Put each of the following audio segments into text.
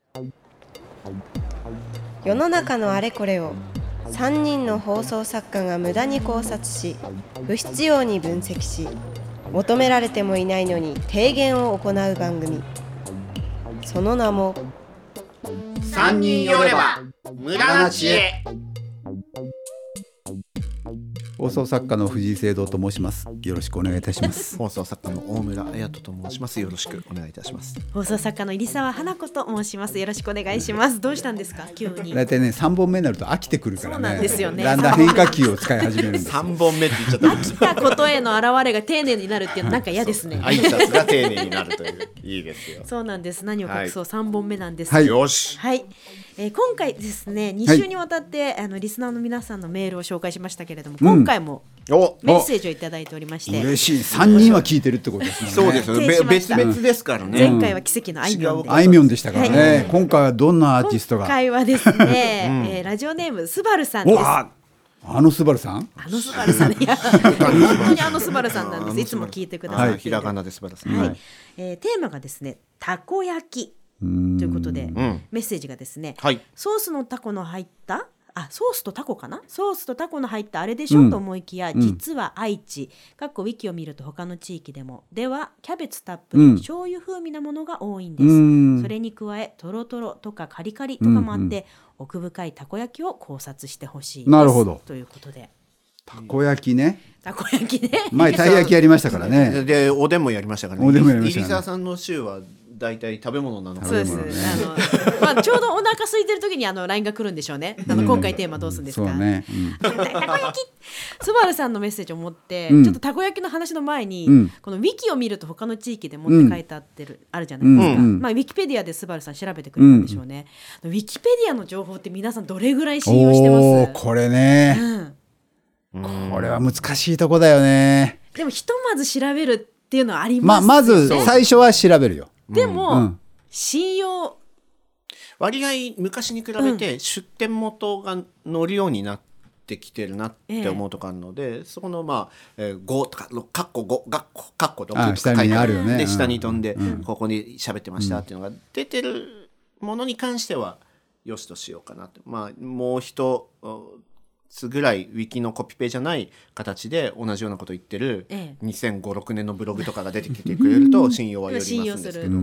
世の中のあれこれを3人の放送作家が無駄に考察し、不必要に分析し、求められてもいないのに提言を行う番組。その名も 3人よれば無駄な知恵。 放送作家の藤井聖堂と申します。よろしくお願いいたします放送作家の大村彩人と申します。よろしくお願いいたします。 放送作家の入澤花子と申します。よろしくお願いします。どうしたんですか急に。 だいたいね3本目になると飽きてくるからそうなんね。 ですよねだんだん変化球を使い始めるんです 3本目って言っちゃった飽きたことへの表れが丁寧になるっていうのなんか嫌ですね。 挨拶が丁寧になるといういいですよ。 そうなんです。何を隠そう、3本目なんです。 はいよし、 はい今回ですね2週にわたって、リスナーの皆さんのメールを紹介しましたけれども、今回もメッセージをいただいておりまして、 嬉しい。3人は聞いてるってことですね。 そうですよね。別々ですからね。 前回は奇跡のあいみょんで、 あいみょんでしたからね、 はい今回はどんなアーティストが。 今回はですね、ラジオネームスバルさんです。 あのスバルさん、 あのスバルさん、いや本当にあのスバルさんなんです。いつも聞いてくださっている、 ひらがなで素晴らしい。 はいテーマがですねたこ焼きということで、メッセージがですね、 はい。 ソースのタコの入ったソースとタコかな、ソースとタコの入ったあれでしょ、と思いきや、実は愛知ウィキを見ると他の地域でもではキャベツたっぷり、醤油風味なものが多いんです。それに加えトロトロとかカリカリとかもあって、奥深いたこ焼きを考察してほしいです。 なるほどということで、 たこ焼きね、 たこ焼きね前たい焼きやりましたからね。 でおでんもやりましたからね。 おでんもやりましたね入澤さんの週はだいたい食べ物なのかな。 そうです、ちょうどお腹空いてる時にLINE が来るんでしょうね。今回テーマどうするんですか、 そうね、 たこ焼きスバルさんのメッセージを持って、ちょっとたこ焼きの話の前に、このウィキを見ると他の地域でもって書いてあってあるじゃないですか、ウィキペディアでスバルさん調べてくれたんでしょうね、ウィキペディアの情報って皆さんどれぐらい信用してます？ これね、これは難しいとこだよね。 でもひとまず調べるっていうのはありますよね。 まず最初は調べるよ。 でも、信用割合昔に比べて出店元が乗るようになってきてるなって思うとこあるので、そこの5とかカッコ5カッコ6とか下にあるよね。 で下に飛んで、ここに喋ってましたっていうのが出てるものに関してはよしとしようかなと。もう一つぐらいウィキのコピペじゃない形で同じようなこと言ってる2005、6年のブログとかが出てきてくれると信用はよりますんですけど、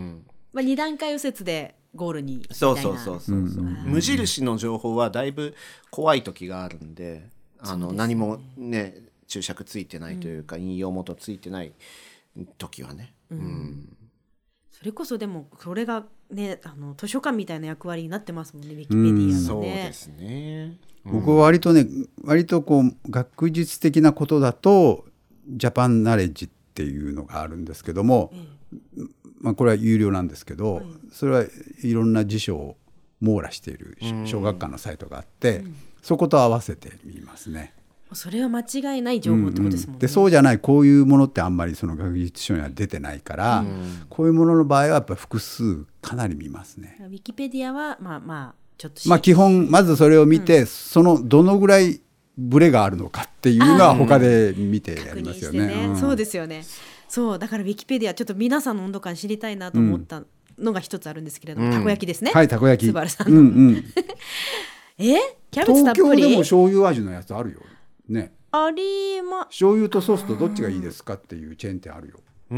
2段階右折でゴールにみたいな。 そう無印の情報はだいぶ怖い時があるんで、何もね注釈ついてないというか、引用元ついてない時はね、 それこそでもそれがね図書館みたいな役割になってますもんね、ウィキペディアのね。 そうですね。 僕は割とこう学術的なことだとジャパンナレッジっていうのがあるんですけども、これは有料なんですけど、それはいろんな辞書を網羅している小学館のサイトがあって、そこと合わせてみますね。 それは間違いない情報ってことですもんね。 でそうじゃないこういうものってあんまりその学術書には出てないから、こういうものの場合はやっぱり複数かなり見ますね。 ウィキペディアはちょっと基本まずそれを見て、そのどのぐらいブレがあるのかっていうのは他で見てやりますよね。 そうですよね。そうだからウィキペディアちょっと皆さんの温度感知りたいなと思ったのが一つあるんですけれども、たこ焼きですね。 はい、たこ焼き。 スバルさんの、キャベツたっぷり。 東京でも醤油味のやつあるよね。 ありま醤油とソースとどっちがいいですかっていうチェーン店あるよ。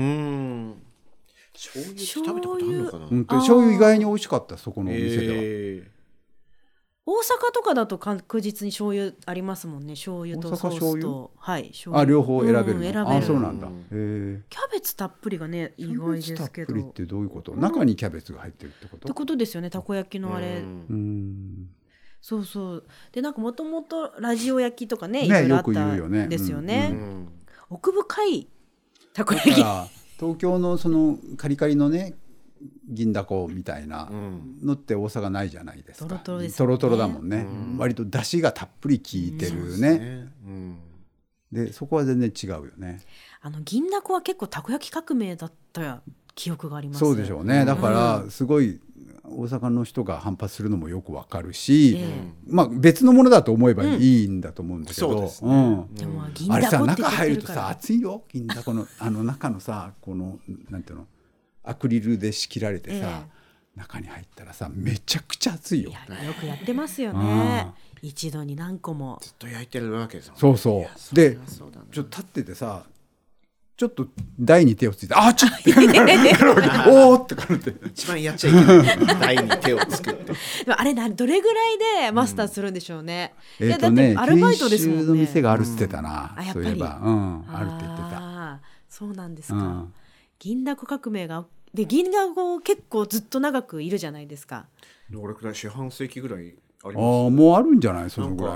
醤油食べたことあるのかな。 醤油意外に美味しかった、そこのお店では。 大阪とかだと確実に醤油ありますもんね。醤油とソースと、 両方選べるの。 選べる。 そうなんだ。 キャベツたっぷりがね意外ですけど。 キャベツたっぷりってどういうこと？中にキャベツが入ってるってこと？ ってことですよね。たこ焼きのあれ。そうそうでもともとラジオ焼きとかねいろいろあったんですよね。奥深いたこ焼き。 東京のそのカリカリのね銀だこみたいなのって大阪ないじゃないですか。トロトロだもんね。割と出汁がたっぷり効いてるね。でそこは全然違うよね。 銀だこは結構たこ焼き革命だった記憶があります。 そうでしょうね。だからすごい大阪の人が反発するのもよくわかるし、別のものだと思えばいいんだと思うんだけど、あれさ中入るとさ熱いよ。銀だこの中のさこのなんていうのアクリルで仕切られてさ、 中に入ったらさめちゃくちゃ熱いよ。 よくやってますよね。一度に何個もずっと焼いてるわけですもんね。 そうそう。でそうだねちょっと立っててさちょっと台に手をついてちょっとおーって感じで一番やっちゃいけない台に手をつくってでもあれどれぐらいでマスターするんでしょうね。いやだっねてアルバイトですもんね。 研修の店があるっつってたな、 やっぱりそういえば、あるって言ってた。 そうなんですか。銀だこ革命がで銀だこ結構ずっと長くいるじゃないですか。 どれくらい四半世紀ぐらいあります？ もうあるんじゃないそのぐらい。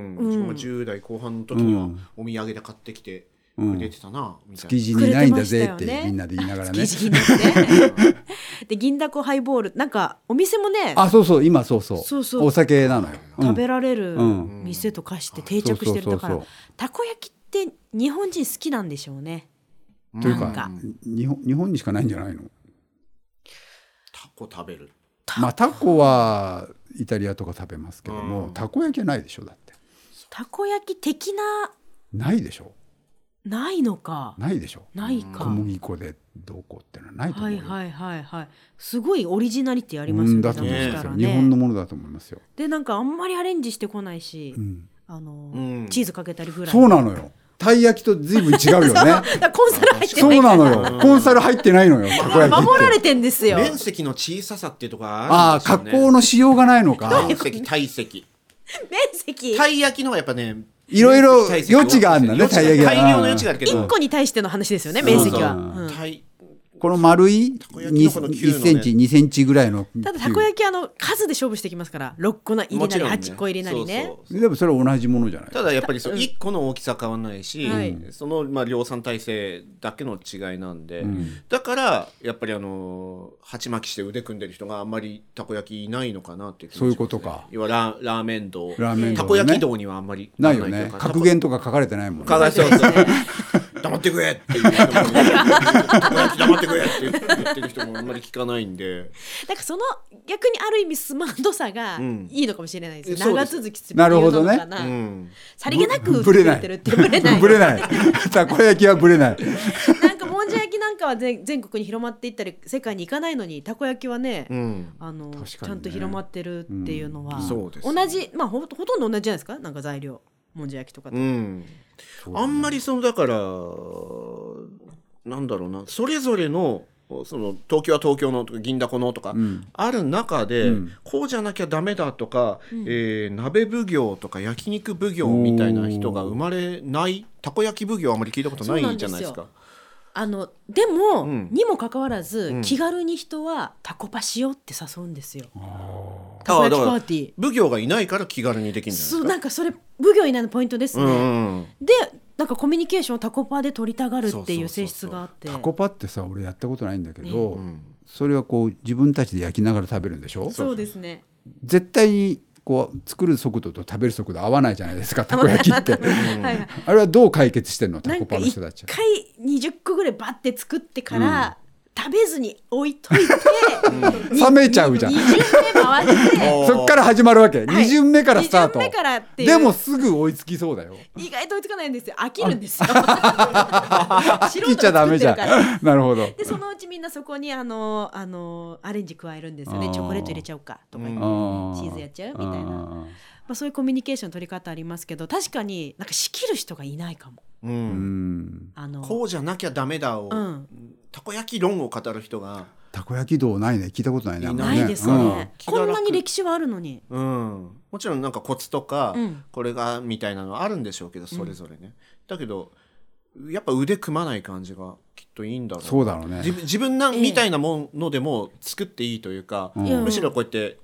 10代後半の時にはお土産で買ってきてくれてたなみたいな。 築地にないんだぜってみんなで言いながらね。 築地にねで銀だこハイボールなんかお店もねそう今そうお酒なのよ。 食べられる店と化して定着してる。だからたこ焼きって日本人好きなんでしょうね。 というか日本にしかないんじゃないの。 タコ食べる。 タコはイタリアとか食べますけども、たこ焼きはないでしょ。だってたこ焼き的なないでしょ。 ないのか。 ないでしょ。 ないか。 小麦粉でどうこうってのはないと思うよ。 はい。すごいオリジナリティありますよね。 だと思いますよ。日本のものだと思いますよ。 でなんかあんまりアレンジしてこないし、チーズかけたりぐらい。 そうなのよ。たい焼きと随分違うよね。 コンサル入ってない。 そうなのよ。コンサル入ってないのよ。たこ焼きって守られてんですよ。 面積の小ささっていうところがあるんですよね。 加工のしようがないのか。 面積体積。 面積。 たい焼きのはやっぱね。 いろいろ余地があるんだね。たい焼きは。 大量の余地があるけど。 1個に対しての話ですよね。面積は。 この丸い1センチ2センチぐらいの。 ただたこ焼き数で勝負してきますから6個な入れなり8個入れなりね。 でもそれは同じものじゃない。 ただやっぱり1個の大きさ変わらないし、その量産体制だけの違いなんで、だからやっぱり鉢巻きして腕組んでる人があんまりたこ焼きいないのかなっていう気がしますね。 そういうことか。 要はラーメン道たこ焼き道にはあんまりないよね。格言とか書かれてないもんね。 そう黙ってくれっていう人も黙ってくれって言ってる人もあんまり聞かないんで、 なんかその逆にある意味スマートさがいいのかもしれないですよ。長続きするなるほどね。 さりげなくぶれない。 ぶれない。たこ焼きはぶれない。 なんかもんじゃ焼きなんかは全国に広まっていったり世界に行かないのにたこ焼きはね、ちゃんと広まってるっていうのは同じほとんど同じじゃないですか。なんか材料もんじゃ焼きとかと。 あんまりだからなんだろうな、それぞれの東京は東京のとか銀だこのとかある中で、こうじゃなきゃダメだとか、鍋奉行とか焼肉奉行みたいな人が生まれない。たこ焼き奉行あんまり聞いたことないじゃないですか。 でも、にもかかわらず、気軽に人はタコパしようって誘うんですよ。たこ焼きパーティー。 奉行がいないから気軽にできるんじゃないですか。 そうなんかそれ奉行いないのポイントですね。でなんかコミュニケーションをタコパで取りたがるっていう性質があって。 タコパってさ俺やったことないんだけど、それはこう自分たちで焼きながら食べるんでしょ。 そうですね。 絶対にこう作る速度と食べる速度合わないじゃないですかたこ焼きって。あれはどう解決してんのタコパの人たちは。 1回20個ぐらいバッて作ってから、食べずに置いといて、 冷めちゃうじゃん。 2巡目回ってそっから始まるわけ。2巡目からスタート。 2巡目からっていう。 でもすぐ追いつきそうだよ。 意外と追いつかないんですよ。飽きるんですよ。 飽きちゃダメじゃん。なるほど。 でそのうちみんなそこにアレンジ加えるんですよね。チョコレート入れちゃおうかとか、チーズやっちゃうみたいな。そういうコミュニケーションの取り方ありますけど、確かになんか仕切る人がいないかも。 こうじゃなきゃダメだを、たこ焼き論を語る人が。 たこ焼き道ないね。聞いたことないね。 ないですね。こんなに歴史はあるのに。 もちろんなんかコツとか、これがみたいなのはあるんでしょうけど、それぞれね。だけどやっぱ腕組まない感じがきっといいんだろう。 そうだろうね。 自分みたいなものでも作っていいというか、むしろこうやって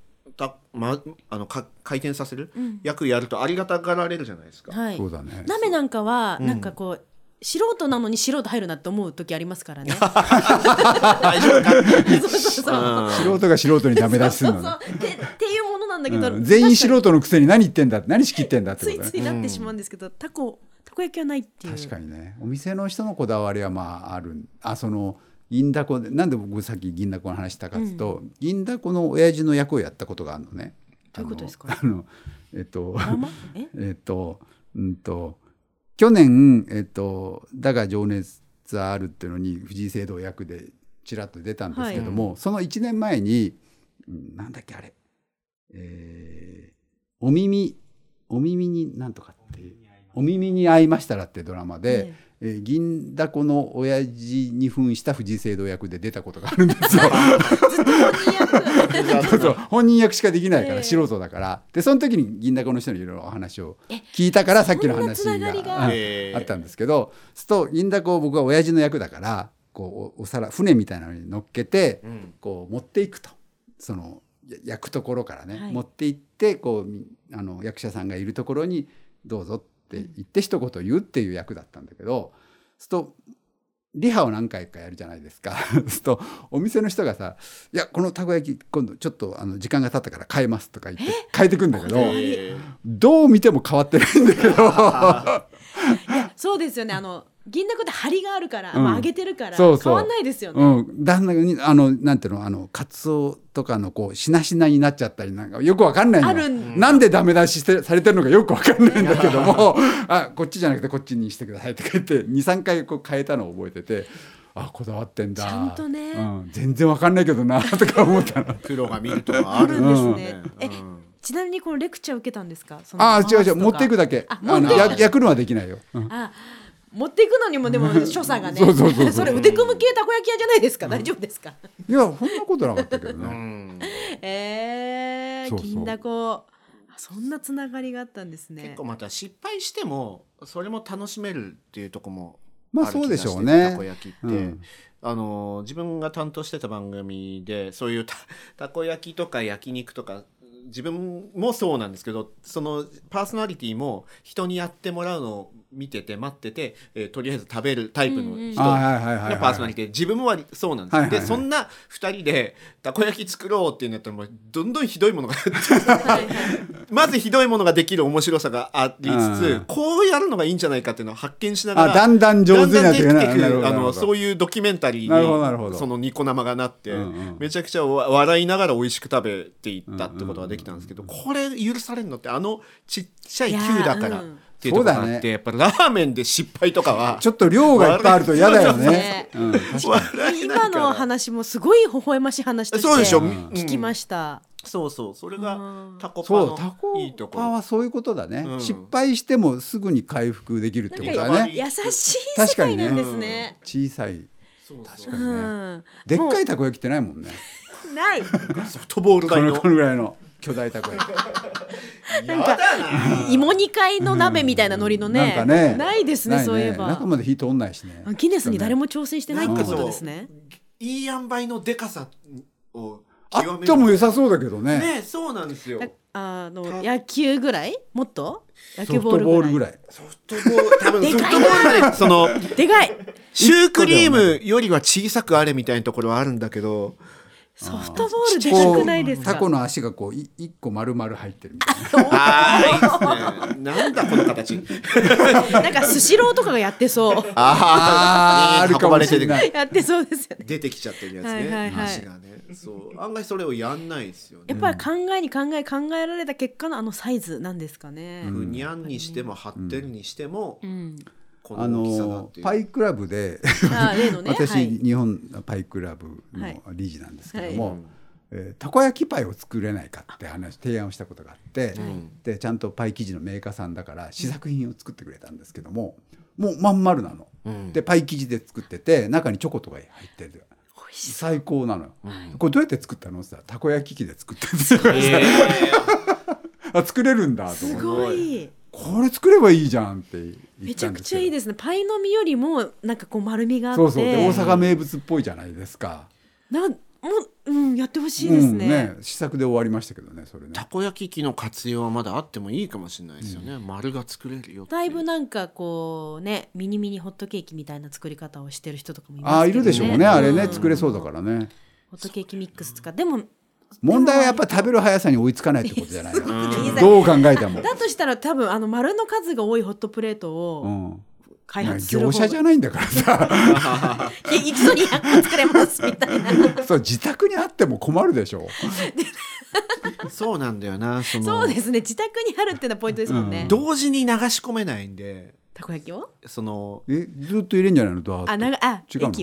回転させる役やるとありがたがられるじゃないですか。 そうだね。 鍋なんかはなんかこう素人なのに素人入るなって思う時ありますからね。 大丈夫か。 素人が素人にダメ出しするのね。 っていうものなんだけど、 全員素人のくせに何言ってんだ何仕切ってんだってことね。 ついついなってしまうんですけど、たこ焼きはないっていう。 確かにね。お店の人のこだわりはある。銀だこでなんで僕さっき銀だこの話したかというと、銀だこの親父の役をやったことがあるのね。 どういうことですか。 去年だが情熱あるっていうのに藤井聖堂役でちらっと出たんですけども、その1年前になんだっけあれ、お耳になんとかっていうお耳に合いましたらってドラマで、銀だこの親父に扮した藤井聖堂役で出たことがあるんですよ。 ずっと本人役そうそう本人役しかできないから、素人だから。でその時に銀だこの人のいろいろお話を聞いたからさっきの話があったんですけど、そうすると銀だこを僕は親父の役だからこうお皿船みたいなのに乗っけて、こう持っていくと、その焼くところからね、持っていってこう役者さんがいるところにどうぞって言って一言言うっていう役だったんだけど、そうするとリハを何回かやるじゃないですか。そうするとお店の人がさ「いやこのたこ焼き今度ちょっと時間が経ったから変えます」とか言って変えてくんだけど、どう見ても変わってないんだけど。 いやそうですよね。銀だこって張りがあるから、揚げてるから変わんないですよね。 だんだんになんていうのカツオとかのこうしなしなになっちゃったりなんかよくわかんないの。なんでダメ出しされてるのかよくわかんないんだけどもこっちじゃなくてこっちにしてくださいって言って 2,3 回こう変えたのを覚えてて、こだわってんだちゃんとね、 全然わかんないけどなとか思ったの。 プロが見るとかあるんですね。 ちなみにこのレクチャー受けたんですか？ 違う持っていくだけ。焼くのはできないよ。 持っていくのにもでも所作がねそれ腕組む系たこ焼き屋じゃないですか？大丈夫ですか？ いやそんなことなかったけどね。 銀だこそんなつながりがあったんですね。 結構また失敗してもそれも楽しめるっていうところもある気がして、たこ焼きって、自分が担当してた番組でそういうたこ焼きとか焼肉とか自分もそうなんですけど、そのパーソナリティも人にやってもらうのを見てて待ってて、とりあえず食べるタイプの人がパーソナリティで、自分もそうなんです、でそんな2人でたこ焼き作ろうっていうんだったらもうどんどんひどいものがまずひどいものができる面白さがありつつ、こうやるのがいいんじゃないかっていうのを発見しながらだんだん上手になっていくそういうドキュメンタリーにそのニコ生がなって、めちゃくちゃ笑いながら美味しく食べていったってことができたんですけど、これ許されるのってちっちゃい球だからっていうところがあって、やっぱラーメンで失敗とかはちょっと量がいっぱいあると嫌だよね。 今の話もすごい微笑ましい話として聞きました。 そうそれがタコパのいいところ。 タコパはそういうことだね、失敗してもすぐに回復できるってことだね。 優しい世界なんですね。 小さい、確かにね。でっかいたこ焼きってないもんね。 ないソフトボール大のこのぐらいの巨大たこ焼きなんか芋煮会の鍋みたいなノリのね、ないですね。そういえば中まで火通んないしね。 ギネスに誰も挑戦してないってことですね。 いい塩梅のでかさをあっても良さそうだけどね。 ね、そうなんですよ。 野球ぐらい、もっと野球ボールぐらい。 ソフトボール多分ソフトボールまでそのでかいシュークリームよりは小さくあれみたいなところはあるんだけど、 ソフトボールでかくないですか？ タコの足がこう一個丸々入ってるみたいな。 いいですね。なんだこの形。 なんかスシローとかがやってそう。 あるかもしれない。 やってそうですよね。 出てきちゃってるやつね。足がね。そう案外それをやんないですよね。 やっぱり考えられた結果のサイズなんですかね。 ふにゃんにしても張ってるにしても。 パイクラブで私日本パイクラブの理事なんですけども、たこ焼きパイを作れないかって提案をしたことがあって、でちゃんとパイ生地のメーカーさんだから試作品を作ってくれたんですけども、もうまん丸なの、でパイ生地で作ってて中にチョコとか入ってる、最高なのよ、これどうやって作ったのって言ったらたこ焼き器で作ってるん作れるんだと思って、すごいこれ作ればいいじゃんって言ったんですよ。 めちゃくちゃいいですね。パイの実よりもなんかこう丸みがあって、 そうで大阪名物っぽいじゃないですか。 やってほしいですね。 試作で終わりましたけどね、それね。 たこ焼き器の活用はまだあってもいいかもしれないですよね。丸が作れるよ。 だいぶなんかこうね、ミニホットケーキみたいな作り方をしてる人とかもいますけどね。 いるでしょうね、あれね、作れそうだからね。 ホットケーキミックスとかでも。 問題はやっぱり食べる速さに追いつかないってことじゃないのどう考えても。 だとしたら多分丸の数が多いホットプレートを開発する方が、 業者じゃないんだからさ一度に100個作れますみたいなそう自宅にあっても困るでしょそうなんだよな。 そうですね、自宅にあるっていうのはポイントですもんね、 同時に流し込めないんで。 たこ焼きをずっと入れんじゃないの？ 違うの？液を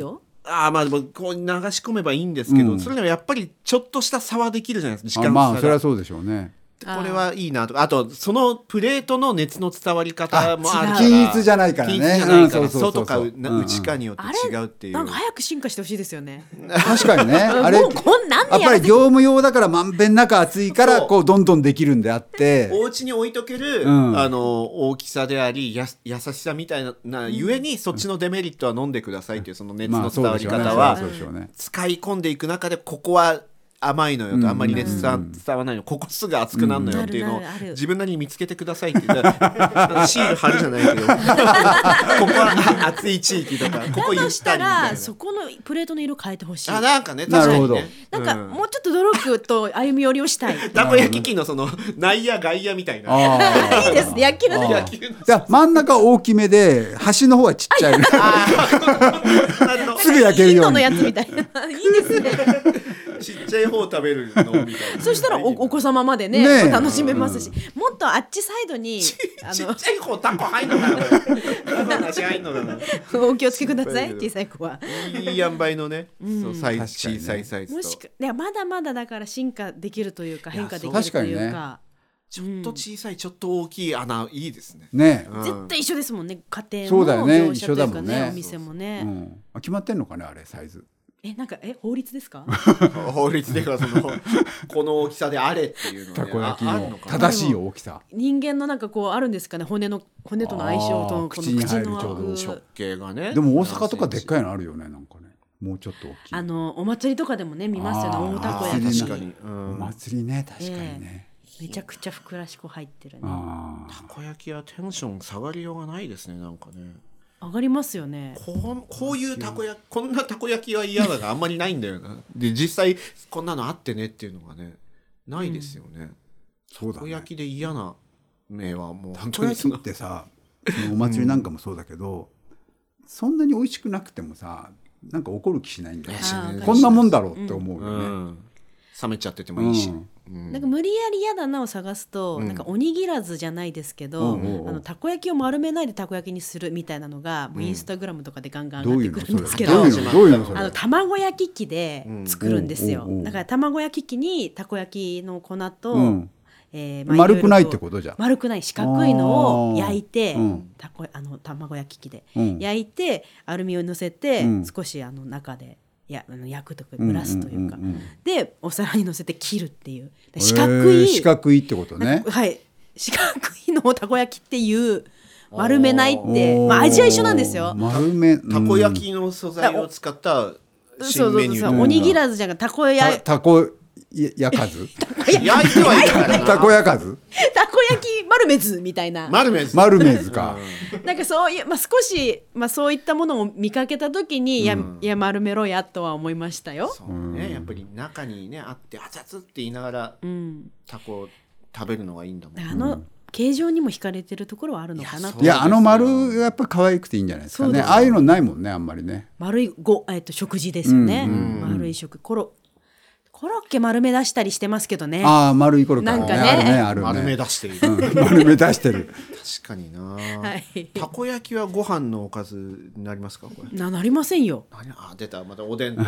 まあこう流し込めばいいんですけど、それでもやっぱりちょっとした差はできるじゃないですか、時間差が。 まあそれはそうでしょうね。 これはいいなとか、あとそのプレートの熱の伝わり方もあるから、 均一じゃないからね。 均一じゃないから、 そうそうそう外か内かによって違うっていう。 なんか早く進化してほしいですよね。 確かにね。あれもうこんなんでやっぱり業務用だからまんべんなく熱いからこうどんどんできるんであって、 お家に置いとける、大きさであり優しさみたいなゆえに、そっちのデメリットは飲んでくださいっていうその熱の伝わり方は使い込んでいく中で、ここは甘いのよと、あんまり熱伝わないの、ここすぐ熱くなるのよっていうのを自分なりに見つけてくださいって言ったらシール貼るじゃないけどここは熱い地域とか、ここ行ったりみたいな。 だとしたらそこのプレートの色変えてほしい。 なんかね、確かにね、 なんかもうちょっと努力と歩み寄りをしたい。 たこ焼き器のその内野外野みたいな。 いいですね、野球のじゃあ真ん中大きめで端の方はちっちゃいすぐ焼けるようにのやつみたいな。いいですね。 ちっちゃい方食べるのみたいな。 そしたらお子様までね楽しめますし、もっとあっちサイドにちっちゃい方タコ入んのかな。話入んのかな。 お気をつけください、小さい子は。 いい塩梅のね、小さいサイズと。 もしかまだまだだから進化できるというか、変化できるというか。 ちょっと小さい、ちょっと大きい穴いいですね。 ね、 絶対一緒ですもんね、家庭そうだよね、 も業者というかね、お店もね。 決まってんのかね、あれサイズ。 なんか法律ですか？ 法律ではこの大きさであれっていうのたこ焼きの正しい大きさ。 人間のなんかこうあるんですかね、骨との相性と口に入るちょうど直径がね。 でも大阪とかでっかいのあるよね、なんかね。もうちょっと大きい。 お祭りとかでもね見ますよね、大たこ焼き。 確かに。 お祭りね、確かにね。 めちゃくちゃふくらしこ入ってるね。 たこ焼きはテンション下がりようがないですね、なんかね。 上がりますよね。 こういうたこ焼き、こんなたこ焼きは嫌だがあんまりないんだよな。で実際こんなのあってねっていうのがねないですよね。たこ焼きで嫌な目はもうたこ焼きってさ、お祭りなんかもそうだけど、そんなに美味しくなくてもさ、なんか怒る気しないんだよね。こんなもんだろうって思うよね。 冷めちゃっててもいいし。 なんか無理やり嫌だなを探すと、なんかおにぎらずじゃないですけど、たこ焼きを丸めないでたこ焼きにするみたいなのが、インスタグラムとかでガンガン上がってくるんですけど、卵焼き器で作るんですよ。だから卵焼き器にたこ焼きの粉と、 丸くないってことじゃん。 丸くない四角いのを焼いて、卵焼き器で焼いてアルミを乗せて、少し中で焼くとか蒸らすというか、でお皿に乗せて切るっていう、四角いってことね。 はい、四角いのをたこ焼きっていう、丸めないって、味は一緒なんですよ。 たこ焼きの素材を使った新メニュー。 おにぎらずじゃん、たこ焼かず焼いてはいいからな。 たこ焼かず、 たこ焼き丸めずみたいな。 丸めずか。 なんかそういう、少し、そういったものを見かけた時に、いや丸めろやとは思いましたよ。 そうね、やっぱり中にねあって熱々って言いながら、たこ食べるのがいいんだもん。 形状にも惹かれてるところはあるのかなと。 いや、丸がやっぱ可愛くていいんじゃないですかね。ああいうのないもんね、あんまりね。 丸い食事ですよね。丸い食、コロッケ丸め出したりしてますけどね。 丸いコロッケなんかね、 丸め出してる。 丸め出してる。 確かにな。たこ焼きはご飯のおかずになりますか、これ。 なりませんよ。 出た、またおでんと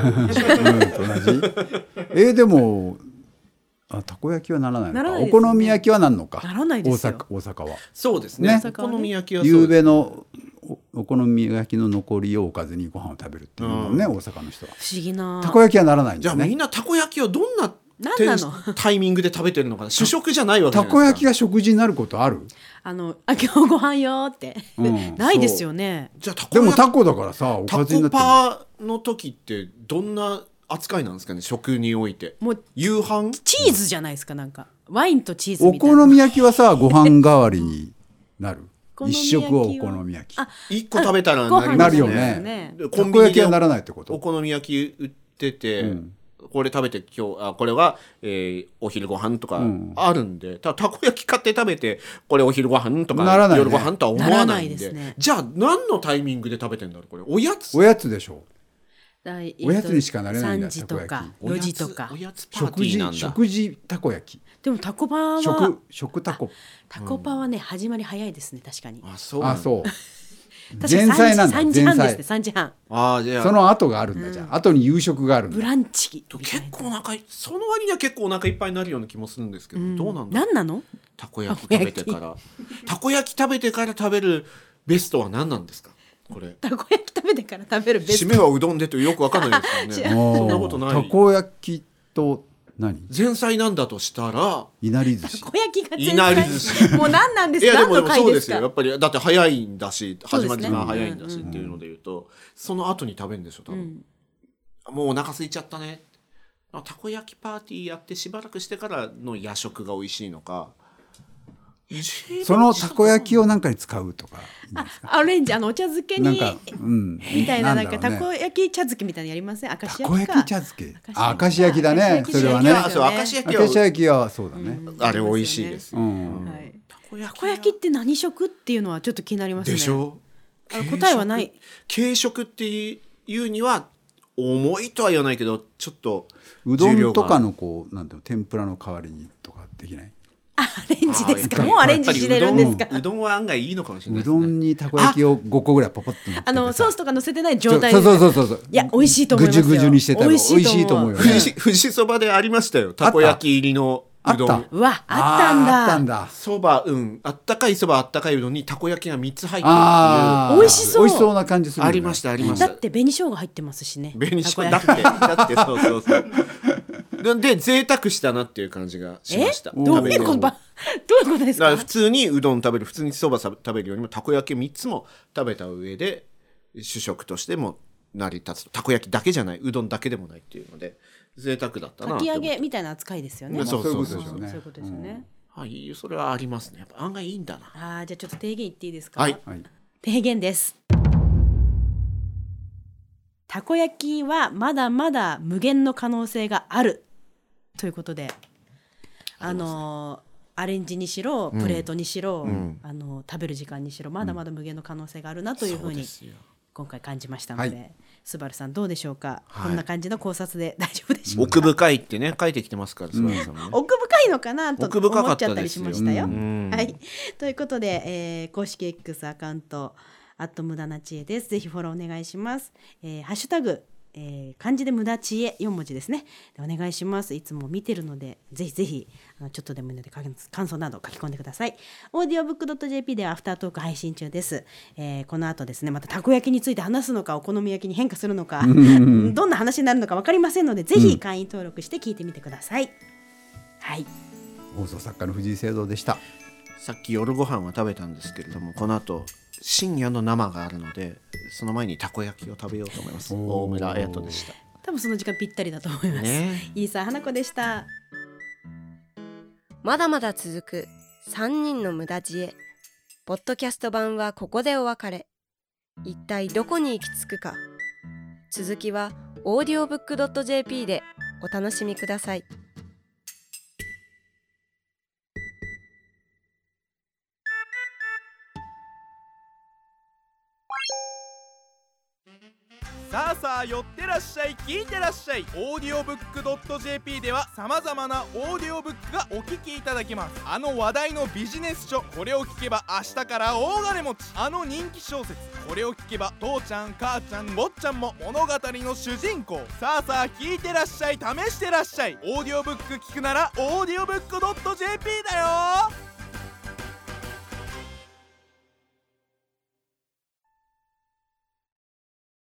同じ。でもたこ焼きはならないのか。お好み焼きはなんのか。 ならないですよ。 大阪は。 そうですね。お好み焼きはゆうべのお好み焼きの残りをおかずにご飯を食べるっていうのね、大阪の人は。 不思議な。 たこ焼きはならないんだよね。 じゃあみんなたこ焼きをどんなタイミングで食べてるのかな。主食じゃないわけじゃないですか。 たこ焼きが食事になることある？ 今日ご飯よってないですよね。 じゃあでもタコだからさ、おかずになってる。 タコパの時ってどんな扱いなんですかね、食において。もう夕飯チーズじゃないですか。なんかワインとチーズみたいな。 お好み焼きはさ、ご飯代わりになる。一食をお好み焼き。 一個食べたらなるよね。たこ焼きはならないってこと？ お好み焼き売ってて、これ食べて今日これは、お昼ご飯とかあるんで、たこ焼き買って食べてこれお昼ご飯とか夜ご飯とは思わないんで、じゃあ何のタイミングで食べてんだろう。これおやつでしょ。おやつにしかなれないんだ。 3時とか4時とかおやつパーティーなんだ。 食事たこ焼き。 でもタコパは食タコタコパはね、始まり早いですね、確かに。 そう。 前菜なんだ。 3時半ですね。 前 3時半じゃあその後があるんだ。じゃあ後に夕食があるんだ。 ブランチ結構その割には結構お腹いっぱいになるような気もするんですけど、どうなんだろう。 何なの？ たこ焼き食べてからたこ焼き食べてから食べるベストは何なんですか？これたこ焼き食べてから食べるベスト。 締めはうどんでとよくわかんないですよね。そんなことない。 たこ焼きと何？ 前菜なんだとしたらいなり寿司。 たこ焼きが前菜。 いなり寿司もう何なんですか？ いやでも何の回ですか？ そうですよ。やっぱりだって早いんだし、 そうですね始まる時間早いんだしっていうので言うと、その後に食べるんでしょ多分。もうお腹空いちゃったね。たこ焼きパーティーやってしばらくしてからの夜食が美味しいのか。 そのたこ焼きを何かに使うとかいいんですか？ アレンジお茶漬けになんか、 みたいな、なんかただろうねこ焼き茶漬けみたいなのやりません？明石焼きか。 たこ焼き茶漬け。明石焼きだね。それはね。 そう明石焼き明石焼きはそうだね。 あれ美味しいですよ。 はいたこ焼きって何食っていうのはちょっと気になりますね。 でしょ。 答えはない。 軽食っていうには重いとは言わないけどちょっとうどんとかのこうなんていうの天ぷらの代わりにとかできない？ アレンジですか？もうアレンジしてるんですか？ うどんは案外いいのかもしれないうですどね。 んにたこ焼きを5個ぐらいポポッと乗っててソースとか乗せてない状態そうですか？ そういや美味しいと思いますよ。 ぐじゅぐじゅにしてたら美味しいと思う。 美味しいと思うよね。 富士そばでありましたよ。たこ焼き入りのうどん。 うわあったんだ。 あったんだ。 そばあったかいそばあったかいうどんにたこ焼きが3つ入ってるっていう美味しそう美味しそうな感じするよね。 ありましたありました。 だって紅生姜入ってますしね。 紅しょただこ焼きってそうで贅沢したなっていう感じがしました。 どういうことですか？ だから普通にうどん食べる普通にそば食べるよりもたこ焼き3つも食べた上で主食としても成り立つと。たこ焼きだけじゃないうどんだけでもないっていうので贅沢だったなかきって思って。 揚げみたいな扱いですよね。 そうそういうことでしょうね。 そういうことですよね。 はいそれはありますね。やっぱ案外いいんだな。 じゃあちょっと提言言っていいですか？ はいはい。 提言です。たこ焼きはまだまだ無限の可能性があるということで、アレンジにしろプレートにしろ、食べる時間にしろまだまだ無限の可能性があるなというふうに今回感じましたので、 はい、 スバルさんどうでしょうか？こんな感じの考察で大丈夫でしょうか？ 奥深いってね書いてきてますからスバルさんもね。 奥深いのかなと奥深思っちゃったりかったですよしましたよ。 はい、 ということで、公式 X アカウント無駄な知恵です。ぜひフォローお願いします。ハッシュタグ、漢字で無駄知恵4文字ですね。お願いします。いつも見てるのでぜひぜひちょっとでもいいので感想など書き込んでください。audiobook.jp ではアフタートーク配信中です。この後ですねまたたこ焼きについて話すのかお好み焼きに変化するのかどんな話になるのか分かりませんのでぜひ会員登録して聞いてみてください。はい。 放送作家の藤井聖堂でした。 さっき夜ご飯は食べたんですけれどもこの後深夜の生があるのでその前にたこ焼きを食べようと思います。大村彩人でした。 多分その時間ぴったりだと思います。飯沢花子でした。 まだまだ続く3人の無駄知恵。ポッドキャスト版はここでお別れ。一体どこに行き着くか。続きは audiobook.jp でお楽しみください。 さあさあ寄ってらっしゃい聞いてらっしゃい。オーディオブックドット JP では様々なオーディオブックがお聞きいただけます。話題のビジネス書、これを聞けば明日から大金持ち。人気小説、これを聞けば父ちゃん母ちゃん坊ちゃんも物語の主人公。さあさあ聞いてらっしゃい試してらっしゃい。オーディオブック聞くならオーディオブックドット JP だよ。